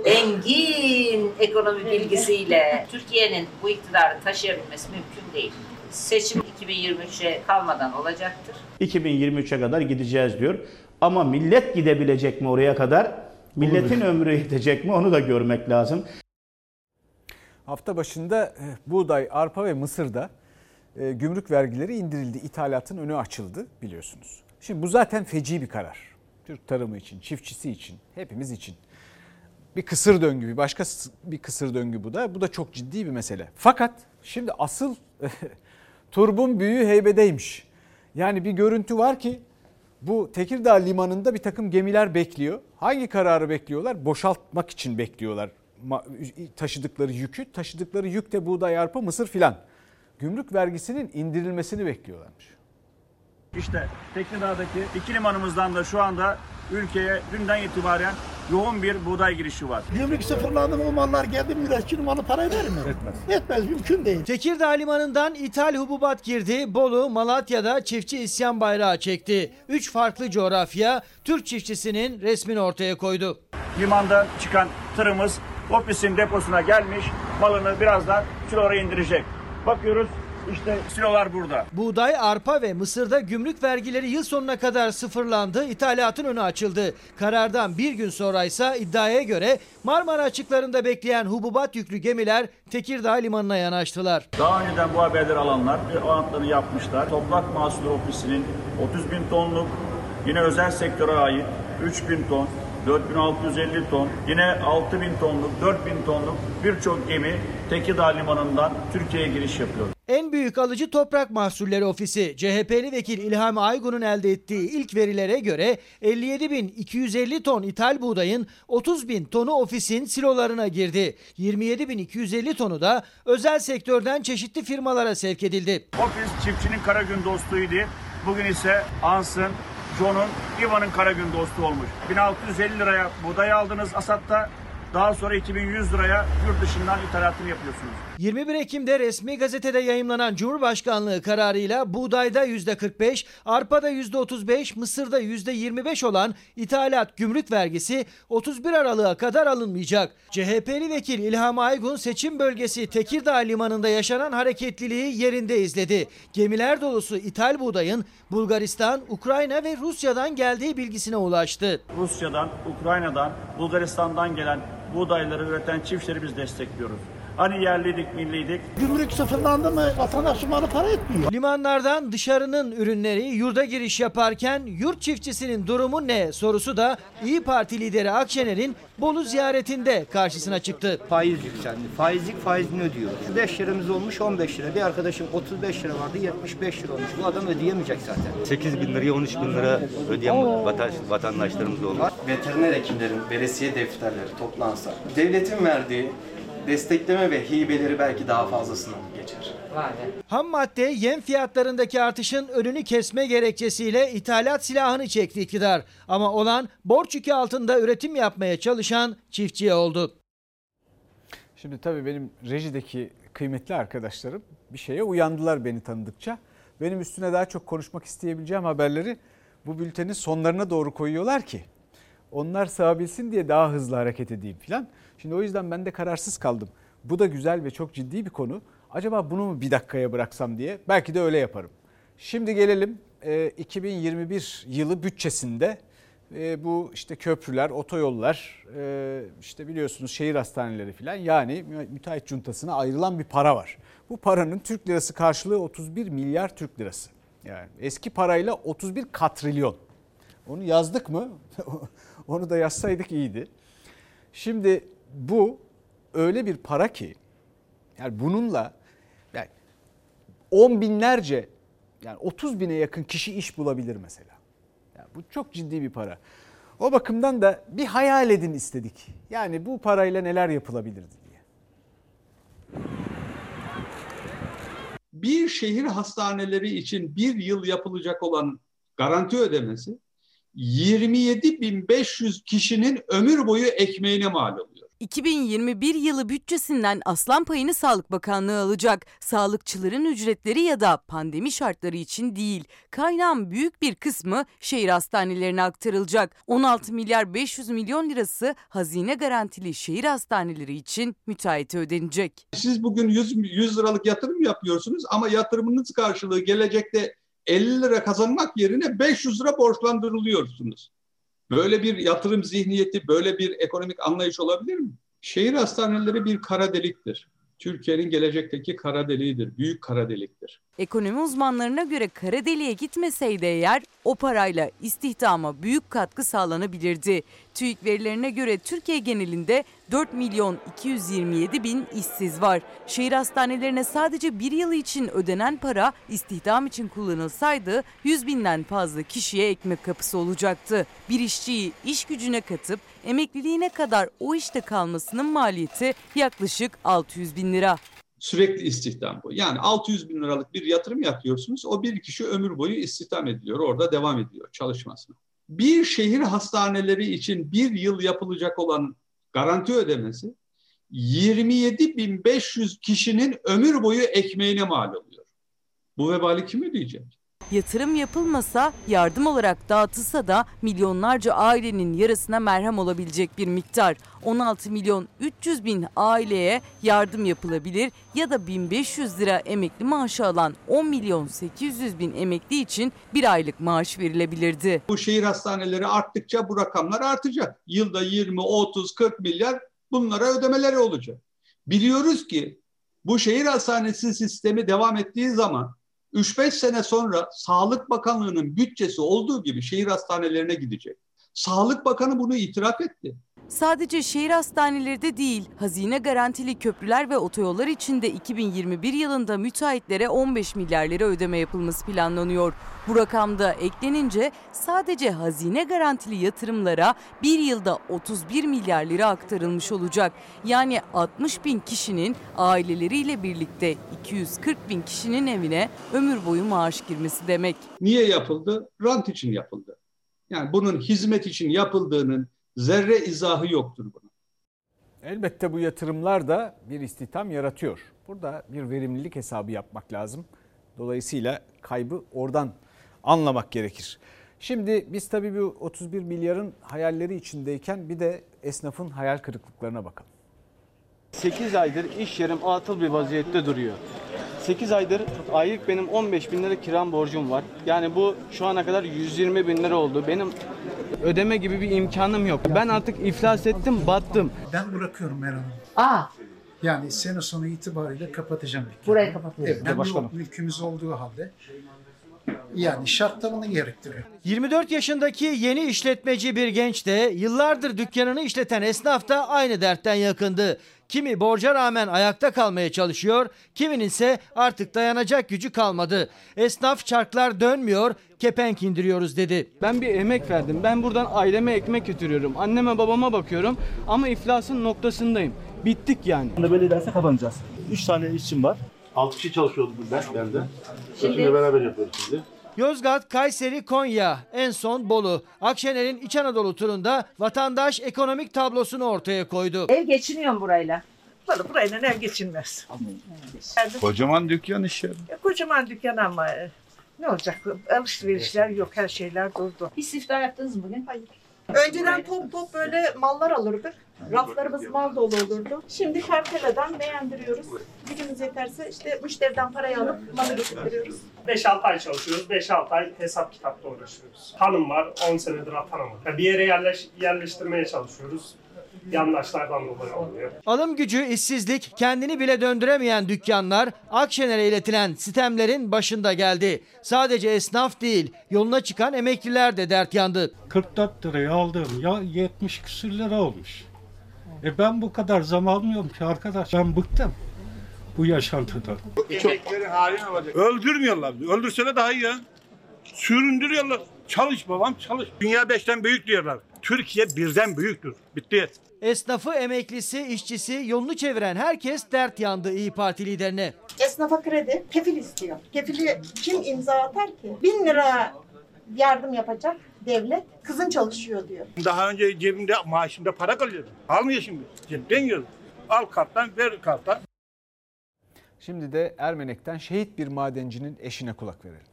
engin ekonomi bilgisiyle Türkiye'nin bu iktidarı taşıyabilmesi mümkün değil. Seçim iki bin yirmi üçe kalmadan olacaktır. iki bin yirmi üçe kadar gideceğiz diyor. Ama millet gidebilecek mi oraya kadar? Milletin ömrü yetecek mi? Onu da görmek lazım. Hafta başında buğday, arpa ve mısırda e, gümrük vergileri indirildi. İthalatın önü açıldı biliyorsunuz. Şimdi bu zaten feci bir karar. Türk tarımı için, çiftçisi için, hepimiz için. Bir kısır döngü, bir başka bir kısır döngü bu da. Bu da çok ciddi bir mesele. Fakat şimdi asıl turbun büyüğü heybedeymiş. Yani bir görüntü var ki bu Tekirdağ limanında bir takım gemiler bekliyor. Hangi kararı bekliyorlar? Boşaltmak için bekliyorlar taşıdıkları yükü. Taşıdıkları yük de buğday, arpa, mısır filan. Gümrük vergisinin indirilmesini bekliyorlarmış. İşte Tekirdağ'daki iki limanımızdan da şu anda ülkeye dünden itibaren yoğun bir buğday girişi var. Gümrük sıfırlandı mı mallar geldi mi de şimdi malı para eder mi? Etmez. Etmez, mümkün değil. Tekirdağ limanından ithal hububat girdi. Bolu, Malatya'da çiftçi isyan bayrağı çekti. Üç farklı coğrafya Türk çiftçisinin resmini ortaya koydu. Limandan çıkan tırımız ofisin deposuna gelmiş, malını birazdan silora indirecek. Bakıyoruz. İşte silolar burada. Buğday, arpa ve mısırda gümrük vergileri yıl sonuna kadar sıfırlandı. İthalatın önü açıldı. Karardan bir gün sonra ise iddiaya göre Marmara açıklarında bekleyen hububat yüklü gemiler Tekirdağ limanına yanaştılar. Daha önceden bu haberleri alanlar o antlarını yapmışlar. Toprak Mahsulü Ofisi'nin otuz bin tonluk yine özel sektöre ait üç bin ton, dört bin altı yüz elli ton, yine altı bin tonluk, dört bin tonluk birçok gemi Tekirdağ limanından Türkiye'ye giriş yapıyor. En büyük alıcı Toprak Mahsulleri Ofisi. C H P'li vekil İlhami Aygun'un elde ettiği ilk verilere göre elli yedi bin iki yüz elli ton ithal buğdayın otuz bin tonu ofisin silolarına girdi. yirmi yedi bin iki yüz elli tonu da özel sektörden çeşitli firmalara sevk edildi. Ofis çiftçinin kara gün dostuydu. Bugün ise Ans'ın, John'un, İvan'ın kara gün dostu olmuş. bin altı yüz elli liraya buğday aldınız Asat'ta. Daha sonra iki bin yüz liraya yurt dışından ithalatını yapıyorsunuz. yirmi bir Ekim'de resmi gazetede yayımlanan Cumhurbaşkanlığı kararıyla buğdayda yüzde kırk beş, arpada yüzde otuz beş, mısırda yüzde yirmi beş olan ithalat gümrük vergisi otuz bir Aralık'a kadar alınmayacak. C H P'li vekil İlham Aygun seçim bölgesi Tekirdağ limanında yaşanan hareketliliği yerinde izledi. Gemiler dolusu ithal buğdayın Bulgaristan, Ukrayna ve Rusya'dan geldiği bilgisine ulaştı. Rusya'dan, Ukrayna'dan, Bulgaristan'dan gelen buğdayları üreten çiftçileri biz destekliyoruz. Hani yerliydik, milliydik. Gümrük sıfırlandı mı vatandaşın malı para etmiyor. Limanlardan dışarının ürünleri yurda giriş yaparken yurt çiftçisinin durumu ne sorusu da İYİ Parti lideri Akşener'in Bolu ziyaretinde karşısına çıktı. Faiz yükseldi. Faizlik faizini ödüyor. beş liramız olmuş on beş lira. Bir arkadaşım otuz beş lira vardı yetmiş beş lira olmuş. Bu adam ödeyemeyecek zaten. sekiz bin liraya on üç bin lira ödeyen vatandaşlarımız olmuş. Veteriner hekimlerin veresiye defterleri toplansa, devletin verdiği destekleme ve hibeleri belki daha fazlasına geçer. Ham madde yem fiyatlarındaki artışın önünü kesme gerekçesiyle ithalat silahını çekti iktidar. Ama olan borç yükü altında üretim yapmaya çalışan çiftçiye oldu. Şimdi tabii benim rejideki kıymetli arkadaşlarım bir şeye uyandılar beni tanıdıkça. Benim üstüne daha çok konuşmak isteyebileceğim haberleri bu bültenin sonlarına doğru koyuyorlar ki onlar sığabilsin diye daha hızlı hareket edeyim filan. Şimdi o yüzden ben de kararsız kaldım. Bu da güzel ve çok ciddi bir konu. Acaba bunu mu bir dakikaya bıraksam diye belki de öyle yaparım. Şimdi gelelim iki bin yirmi bir yılı bütçesinde bu işte köprüler, otoyollar, işte biliyorsunuz şehir hastaneleri filan, yani müteahhit cuntasına ayrılan bir para var. Bu paranın Türk lirası karşılığı otuz bir milyar Türk lirası. Yani eski parayla otuz bir katrilyon. Onu yazdık mı? Onu da yazsaydık iyiydi. Şimdi bu öyle bir para ki yani bununla yani on binlerce yani otuz bine yakın kişi iş bulabilir mesela. Yani bu çok ciddi bir para. O bakımdan da bir hayal edin istedik. Yani bu parayla neler yapılabilirdi diye. Bir şehir hastaneleri için bir yıl yapılacak olan garanti ödemesi yirmi yedi bin beş yüz kişinin ömür boyu ekmeğine mal oluyor. iki bin yirmi bir yılı bütçesinden aslan payını Sağlık Bakanlığı alacak. Sağlıkçıların ücretleri ya da pandemi şartları için değil. Kaynağın büyük bir kısmı şehir hastanelerine aktarılacak. on altı milyar beş yüz milyon lirası hazine garantili şehir hastaneleri için müteahhite ödenecek. Siz bugün yüz liralık yatırım yapıyorsunuz ama yatırımınız karşılığı gelecekte elli lira kazanmak yerine beş yüz lira borçlandırılıyorsunuz. Böyle bir yatırım zihniyeti, böyle bir ekonomik anlayış olabilir mi? Şehir hastaneleri bir kara deliktir. Türkiye'nin gelecekteki kara deliğidir, büyük kara deliktir. Ekonomi uzmanlarına göre kara deliğe gitmeseydi eğer o parayla istihdama büyük katkı sağlanabilirdi. TÜİK verilerine göre Türkiye genelinde dört milyon iki yüz yirmi yedi bin işsiz var. Şehir hastanelerine sadece bir yıl için ödenen para istihdam için kullanılsaydı yüz binden fazla kişiye ekmek kapısı olacaktı. Bir işçiyi iş gücüne katıp emekliliğine kadar o işte kalmasının maliyeti yaklaşık altı yüz bin lira. Sürekli istihdam bu. Yani altı yüz bin liralık bir yatırım yapıyorsunuz. O bir kişi ömür boyu istihdam ediliyor. Orada devam ediyor çalışmasına. Bir şehir hastaneleri için bir yıl yapılacak olan garanti ödemesi yirmi yedi bin beş yüz kişinin ömür boyu ekmeğine mal oluyor. Bu vebali kim ödeyecek? Yatırım yapılmasa, yardım olarak dağıtılsa da milyonlarca ailenin yarasına merhem olabilecek bir miktar. on altı milyon üç yüz bin aileye yardım yapılabilir ya da bin beş yüz lira emekli maaşı alan on milyon sekiz yüz bin emekli için bir aylık maaş verilebilirdi. Bu şehir hastaneleri arttıkça bu rakamlar artacak. Yılda yirmi, otuz, kırk milyar bunlara ödemeleri olacak. Biliyoruz ki bu şehir hastanesi sistemi devam ettiği zaman üç beş sene sonra Sağlık Bakanlığı'nın bütçesi olduğu gibi şehir hastanelerine gidecek. Sağlık Bakanı bunu itiraf etti. Sadece şehir hastaneleri de değil, hazine garantili köprüler ve otoyollar için de iki bin yirmi bir yılında müteahhitlere on beş milyar lira ödeme yapılması planlanıyor. Bu rakamda eklenince sadece hazine garantili yatırımlara bir yılda otuz bir milyar lira aktarılmış olacak. Yani altmış bin kişinin aileleriyle birlikte iki yüz kırk bin kişinin evine ömür boyu maaş girmesi demek. Niye yapıldı? Rant için yapıldı. Yani bunun hizmet için yapıldığının zerre izahı yoktur bunun. Elbette bu yatırımlar da bir istihdam yaratıyor. Burada bir verimlilik hesabı yapmak lazım. Dolayısıyla kaybı oradan anlamak gerekir. Şimdi biz tabii bu otuz bir milyarın hayalleri içindeyken bir de esnafın hayal kırıklıklarına bakalım. sekiz aydır iş yerim atıl bir vaziyette duruyor. sekiz aydır aylık benim on beş bin lira kiram borcum var. Yani bu şu ana kadar yüz yirmi bin lira oldu. Benim ödeme gibi bir imkanım yok. Ben artık iflas ettim, battım. Ben bırakıyorum Meral Hanım. Aa, Yani sene sonu itibariyle kapatacağım dükkanı. burayı kapatıyorsun. Evet, hem yok mülkümüz olduğu halde yani şartlarını gerektiriyor. yirmi dört yaşındaki yeni işletmeci bir genç de yıllardır dükkanını işleten esnaf da aynı dertten yakındı. Kimi borca rağmen ayakta kalmaya çalışıyor, kiminin ise artık dayanacak gücü kalmadı. Esnaf çarklar dönmüyor, kepenk indiriyoruz dedi. Ben bir emek verdim. Ben buradan aileme ekmek götürüyorum. Anneme babama bakıyorum ama iflasın noktasındayım. Bittik yani. Böyle derse kapanacağız. üç tane işçim var. altı kişi çalışıyordu ben, ben de. Şimdi- Şimdi beraber yapıyoruz şimdi. Yozgat, Kayseri, Konya, en son Bolu. Akşener'in İç Anadolu turunda vatandaş ekonomik tablosunu ortaya koydu. Ev geçiniyor mu burayla? Vallahi burayla ev geçilmez. Kocaman dükkan işi. Ya, kocaman dükkan ama e, ne olacak? Alışverişler yok, her şeyler durdu. Hiç siftah yaptınız mı bugün? Hayır. Önceden top top böyle mallar alırdık. Raflarımız mal dolu olurdu. Şimdi karteladan beğendiriyoruz. Gücümüz yeterse işte müşteriden parayı alıp malı getiriyoruz. beş altı ay çalışıyoruz, beş altı ay hesap kitapla uğraşıyoruz. Hanım var, on senedir atanamadı. Yani bir yere yerleş, yerleştirmeye çalışıyoruz. Yandaşlardan dolayı olmuyor. Alım gücü, işsizlik, kendini bile döndüremeyen dükkanlar Akşener'e iletilen sistemlerin başında geldi. Sadece esnaf değil, yoluna çıkan emekliler de dert yandı. kırk dört liraya aldığım ya yetmiş küsür lira olmuş. E ben bu kadar zam almıyorum ki arkadaş. Ben bıktım bu yaşantıdan. Emeklerin haline bakacak. Öldürmüyorlar bizi. Öldürsene daha iyi ya. Süründürüyorlar. Çalış babam çalış. Dünya beşten büyük diyorlar. Türkiye birden büyüktür. Bitti. Esnafı, emeklisi, işçisi, yolunu çeviren herkes dert yandı İYİ Parti liderine. Esnafa kredi, kefil istiyor. Kefili kim imza atar ki? Bin lira yardım yapacak devlet. Kızın çalışıyor diyor. Daha önce cebimde maaşımda para kalıyordu. Almıyor şimdi. Cepten yiyorum. Al karttan ver karttan. Şimdi de Ermenek'ten şehit bir madencinin eşine kulak verelim.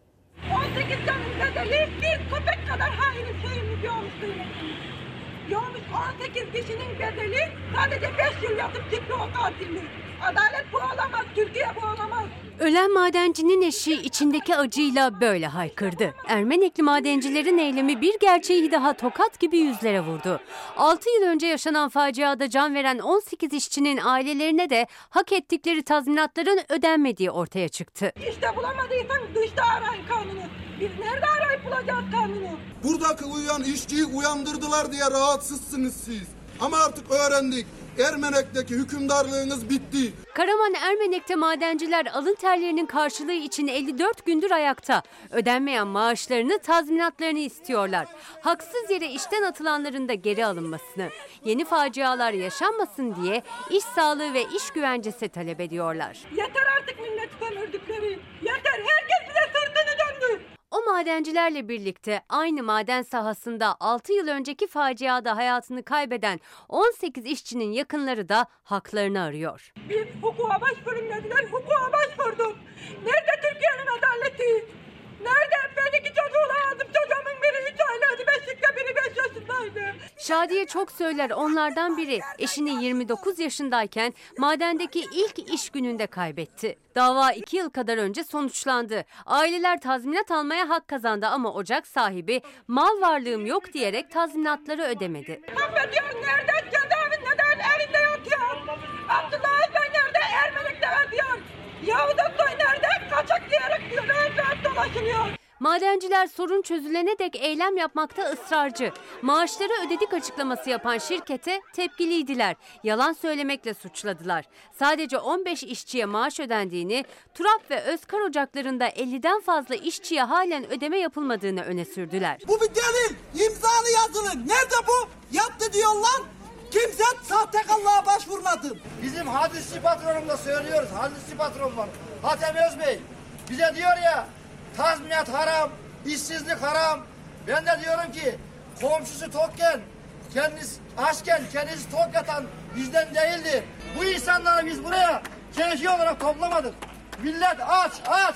on sekiz canın bedeli bir köpek kadar hainin şeyini görmüş kıymetini. Görmüş on sekiz kişinin bedeli sadece beş yıl yatıp çıktı o katillik. Adalet bu olamaz, Türkiye bu olamaz. Ölen madencinin eşi içindeki acıyla böyle haykırdı. Ermenekli madencilerin eylemi bir gerçeği daha tokat gibi yüzlere vurdu. altı yıl önce yaşanan faciada can veren on sekiz işçinin ailelerine de hak ettikleri tazminatların ödenmediği ortaya çıktı. İşte bulamadıysan dışta arayın kanunu. Biz nerede arayıp bulacağız kanunu? Buradaki uyuyan işçiyi uyandırdılar diye rahatsızsınız siz. Ama artık öğrendik. Ermenek'teki hükümdarlığınız bitti. Karaman Ermenek'te madenciler alın terlerinin karşılığı için elli dört gündür ayakta. Ödenmeyen maaşlarını, tazminatlarını istiyorlar. Haksız yere işten atılanların da geri alınmasını, yeni facialar yaşanmasın diye iş sağlığı ve iş güvencesi talep ediyorlar. Yeter artık milleti sömürdükleri. Yeter, herkes bize sırtını döndü. O madencilerle birlikte aynı maden sahasında altı yıl önceki faciada hayatını kaybeden on sekiz işçinin yakınları da haklarını arıyor. Biz hukuka başvurun dediler, hukuka başvurduk. Nerede Türkiye'nin adaleti? Nerede? Ben iki çocuğu aldım. Çocuğumun biri üç aylıktı, beşikte biri beş yaşındaydı. Şadiye çok söyler onlardan biri eşini yirmi dokuz yaşındayken madendeki ilk iş gününde kaybetti. Dava iki yıl kadar önce sonuçlandı. Aileler tazminat almaya hak kazandı ama ocak sahibi mal varlığım yok diyerek tazminatları ödemedi. Affediyor, nerede? Cezaevinde neden evinde yatıyor? Abdullah Özdağ nerede? Ermenek'te yatıyor. Yavuz Aksoy nerede? Kaçak diyerek diyor, rahat rahat dolaşılıyor. Madenciler sorun çözülene dek eylem yapmakta ısrarcı. Maaşları ödedik açıklaması yapan şirkete tepkiliydiler. Yalan söylemekle suçladılar. Sadece on beş işçiye maaş ödendiğini, Turap ve Özkar ocaklarında elliden fazla işçiye halen ödeme yapılmadığını öne sürdüler. Bu bir delil. İmzalı yazılı. Nerede bu? Yaptı diyorlar. Kimse sahtekarlığa başvurmadı. Bizim hadisçi patronumla söylüyoruz. Hadisçi patron var. Hatem Özbey. Bize diyor ya, tazminat haram, işsizlik haram. Ben de diyorum ki komşusu tokken, kendisi açken kendisi tok yatan bizden değildir. Bu insanları biz buraya keyfi olarak toplamadık. Millet aç aç.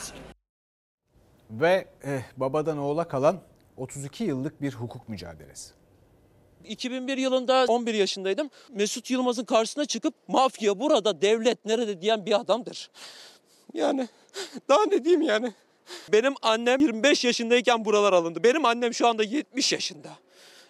Ve eh, babadan oğula kalan otuz iki yıllık bir hukuk mücadelesi. iki bin bir yılında on bir yaşındaydım. Mesut Yılmaz'ın karşısına çıkıp mafya burada, devlet nerede diyen bir adamdır. Yani daha ne diyeyim yani. Benim annem yirmi beş yaşındayken buralar alındı. Benim annem şu anda yetmiş yaşında.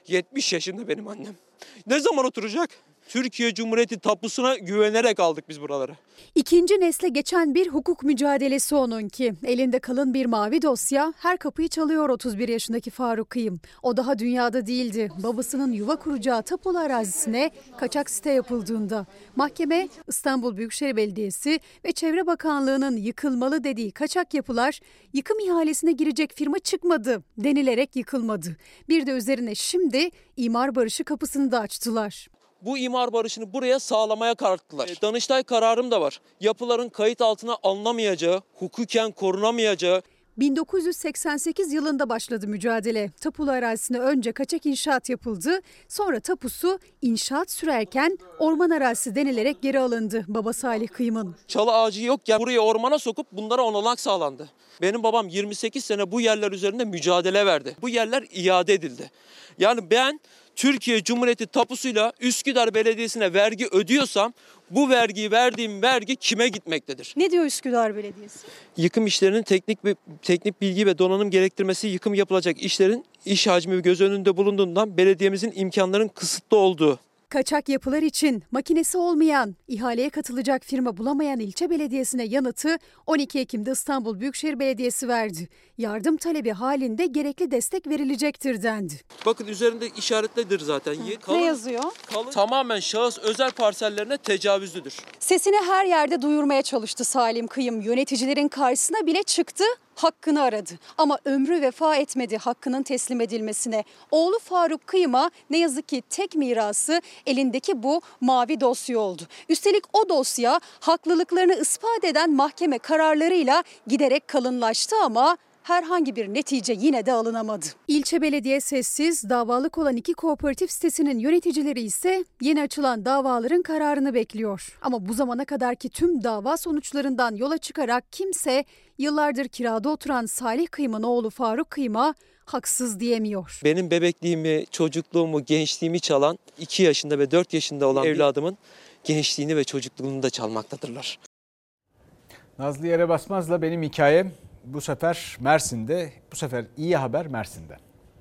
yetmiş yaşında benim annem. Ne zaman oturacak? Türkiye Cumhuriyeti tapusuna güvenerek aldık biz buraları. İkinci nesle geçen bir hukuk mücadelesi onunki. Elinde kalın bir mavi dosya, her kapıyı çalıyor otuz bir yaşındaki Faruk Kıyım. O daha dünyada değildi. Babasının yuva kuracağı tapulu arazisine kaçak site yapıldığında. Mahkeme, İstanbul Büyükşehir Belediyesi ve Çevre Bakanlığı'nın yıkılmalı dediği kaçak yapılar yıkım ihalesine girecek firma çıkmadı denilerek yıkılmadı. Bir de üzerine şimdi imar barışı kapısını da açtılar. Bu imar barışını buraya sağlamaya kalktılar. Danıştay kararım da var. Yapıların kayıt altına alınamayacağı, hukuken korunamayacağı. bin dokuz yüz seksen sekiz yılında başladı mücadele. Tapulu arazisine önce kaçak inşaat yapıldı. Sonra tapusu inşaat sürerken orman arazisi denilerek geri alındı baba Salih Kıyım'ın. Çalı ağacı yokken burayı ormana sokup bunlara olanak sağlandı. Benim babam yirmi sekiz sene bu yerler üzerinde mücadele verdi. Bu yerler iade edildi. Yani ben Türkiye Cumhuriyeti tapusuyla Üsküdar Belediyesi'ne vergi ödüyorsam bu vergiyi verdiğim vergi kime gitmektedir? Ne diyor Üsküdar Belediyesi? Yıkım işlerinin teknik ve teknik bilgi ve donanım gerektirmesi yıkım yapılacak işlerin iş hacmi göz önünde bulunduğundan belediyemizin imkanlarının kısıtlı olduğu. Kaçak yapılar için makinesi olmayan, ihaleye katılacak firma bulamayan ilçe belediyesine yanıtı on iki Ekim'de İstanbul Büyükşehir Belediyesi verdi. Yardım talebi halinde gerekli destek verilecektir dendi. Bakın üzerinde işaretlidir zaten. Kalın, ne yazıyor? Kalın, tamamen şahıs özel parsellerine tecavüzlüdür. Sesini her yerde duyurmaya çalıştı Salim Kıyım. Yöneticilerin karşısına bile çıktı. Hakkını aradı ama ömrü vefa etmedi hakkının teslim edilmesine. Oğlu Faruk Kıyım'a ne yazık ki tek mirası elindeki bu mavi dosya oldu. Üstelik o dosya haklılıklarını ispat eden mahkeme kararlarıyla giderek kalınlaştı ama herhangi bir netice yine de alınamadı. İlçe belediye sessiz, davalık olan iki kooperatif sitesinin yöneticileri ise yeni açılan davaların kararını bekliyor. Ama bu zamana kadarki tüm dava sonuçlarından yola çıkarak kimse yıllardır kirada oturan Salih Kıyım'ın oğlu Faruk Kıyım'a haksız diyemiyor. Benim bebekliğimi, çocukluğumu, gençliğimi çalan iki yaşında ve dört yaşında olan evladımın gençliğini ve çocukluğunu da çalmaktadırlar. Nazlı Yere Basmaz'la benim hikayem bu sefer Mersin'de, bu sefer iyi haber Mersin'de.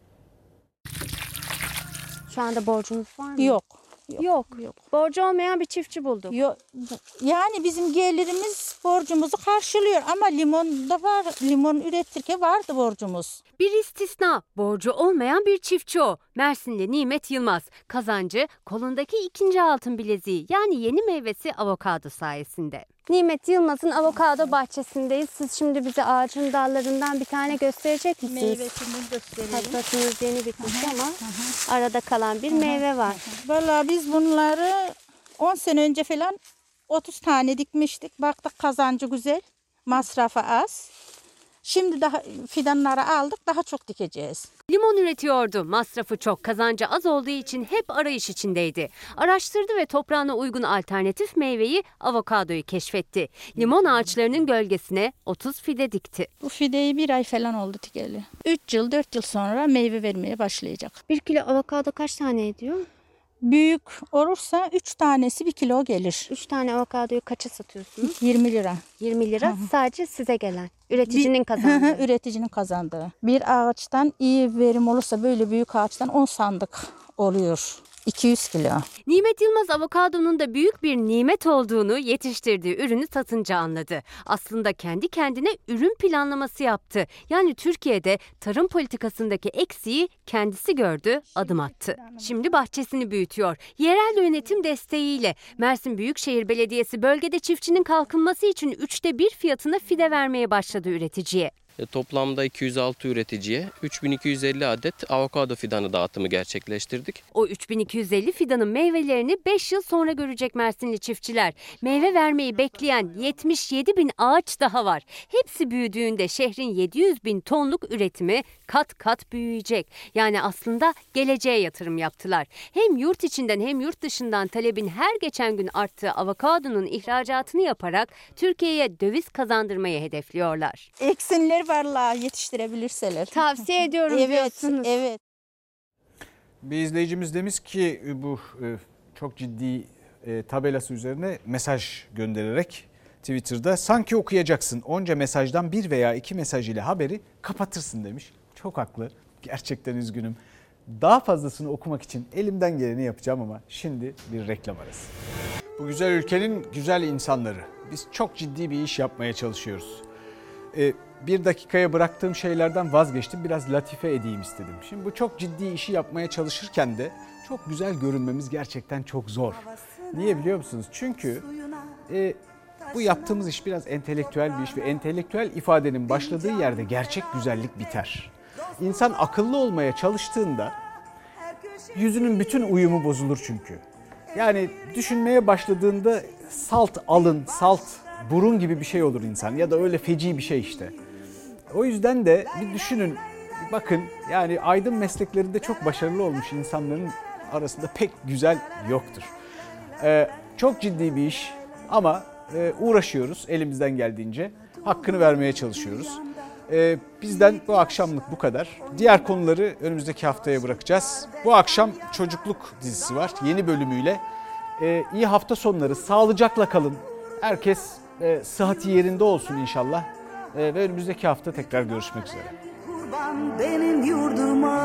Şu anda borcunuz var mı? Yok. Yok. Yok. Yok. Borcu olmayan bir çiftçi bulduk. Yok. Yani bizim gelirimiz borcumuzu karşılıyor ama limon da var. Limon üretirken vardı borcumuz. Bir istisna, borcu olmayan bir çiftçi o. Mersinli Nimet Yılmaz. Kazancı kolundaki ikinci altın bileziği yani yeni meyvesi avokado sayesinde. Nimet Yılmaz'ın avokado bahçesindeyiz. Siz şimdi bize ağacın dallarından bir tane gösterecek misiniz? Meyvesini gösterelim. Hasatımız yeni bitmiş ama arada kalan bir meyve var. Vallahi biz bunları on sene önce falan otuz tane dikmiştik. Baktık kazancı güzel, masrafı az. Şimdi daha fidanları aldık, daha çok dikeceğiz. Limon üretiyordu. Masrafı çok, kazancı az olduğu için hep arayış içindeydi. Araştırdı ve toprağına uygun alternatif meyveyi, avokadoyu keşfetti. Limon ağaçlarının gölgesine otuz fide dikti. Bu fideyi bir ay falan oldu dikeli. üç yıl, dört yıl sonra meyve vermeye başlayacak. Bir kilo avokado kaç tane ediyor? Büyük olursa üç tanesi bir kilo gelir. üç tane avokadoyu kaça satıyorsunuz? yirmi lira. yirmi lira sadece size gelen. Üreticinin kazandığı. Üreticinin kazandığı. Bir ağaçtan iyi verim olursa böyle büyük ağaçtan on sandık oluyor. iki yüz kilo. Nimet Yılmaz avokadonun da büyük bir nimet olduğunu yetiştirdiği ürünü satınca anladı. Aslında kendi kendine ürün planlaması yaptı. Yani Türkiye'de tarım politikasındaki eksiği kendisi gördü, adım attı. Şimdi bahçesini büyütüyor. Yerel yönetim desteğiyle Mersin Büyükşehir Belediyesi bölgede çiftçinin kalkınması için üçte bir fiyatına fide vermeye başladı üreticiye. Toplamda iki yüz altı üreticiye üç bin iki yüz elli adet avokado fidanı dağıtımı gerçekleştirdik. O üç bin iki yüz elli fidanın meyvelerini beş yıl sonra görecek Mersinli çiftçiler. Meyve vermeyi bekleyen yetmiş yedi bin ağaç daha var. Hepsi büyüdüğünde şehrin yedi yüz bin tonluk üretimi kat kat büyüyecek. Yani aslında geleceğe yatırım yaptılar. Hem yurt içinden hem yurt dışından talebin her geçen gün arttığı avokadonun ihracatını yaparak Türkiye'ye döviz kazandırmayı hedefliyorlar. Eksinler vallahi yetiştirebilirseler. Tavsiye ediyorum evet, diyorsunuz. Evet. Bir izleyicimiz demiş ki bu çok ciddi tabelası üzerine mesaj göndererek Twitter'da sanki okuyacaksın onca mesajdan bir veya iki mesaj ile haberi kapatırsın demiş. Çok haklı. Gerçekten üzgünüm. Daha fazlasını okumak için elimden geleni yapacağım ama şimdi bir reklam arası. Bu güzel ülkenin güzel insanları. Biz çok ciddi bir iş yapmaya çalışıyoruz. Ee, bir dakikaya bıraktığım şeylerden vazgeçtim. Biraz latife edeyim istedim. Şimdi bu çok ciddi işi yapmaya çalışırken de çok güzel görünmemiz gerçekten çok zor. Niye biliyor musunuz? Çünkü e, bu yaptığımız iş biraz entelektüel bir iş ve entelektüel ifadenin başladığı yerde gerçek güzellik biter. İnsan akıllı olmaya çalıştığında yüzünün bütün uyumu bozulur çünkü. Yani düşünmeye başladığında salt alın, salt burun gibi bir şey olur insan ya da öyle feci bir şey işte. O yüzden de bir düşünün, bir bakın yani aydın mesleklerinde çok başarılı olmuş insanların arasında pek güzel yoktur. Ee, çok ciddi bir iş ama e, uğraşıyoruz elimizden geldiğince. Hakkını vermeye çalışıyoruz. Ee, bizden bu akşamlık bu kadar. Diğer konuları önümüzdeki haftaya bırakacağız. Bu akşam Çocukluk dizisi var yeni bölümüyle. Ee, iyi hafta sonları, sağlıcakla kalın. Herkes e, sıhhati yerinde olsun inşallah. E, ve önümüzdeki hafta tekrar görüşmek üzere. Kurban benim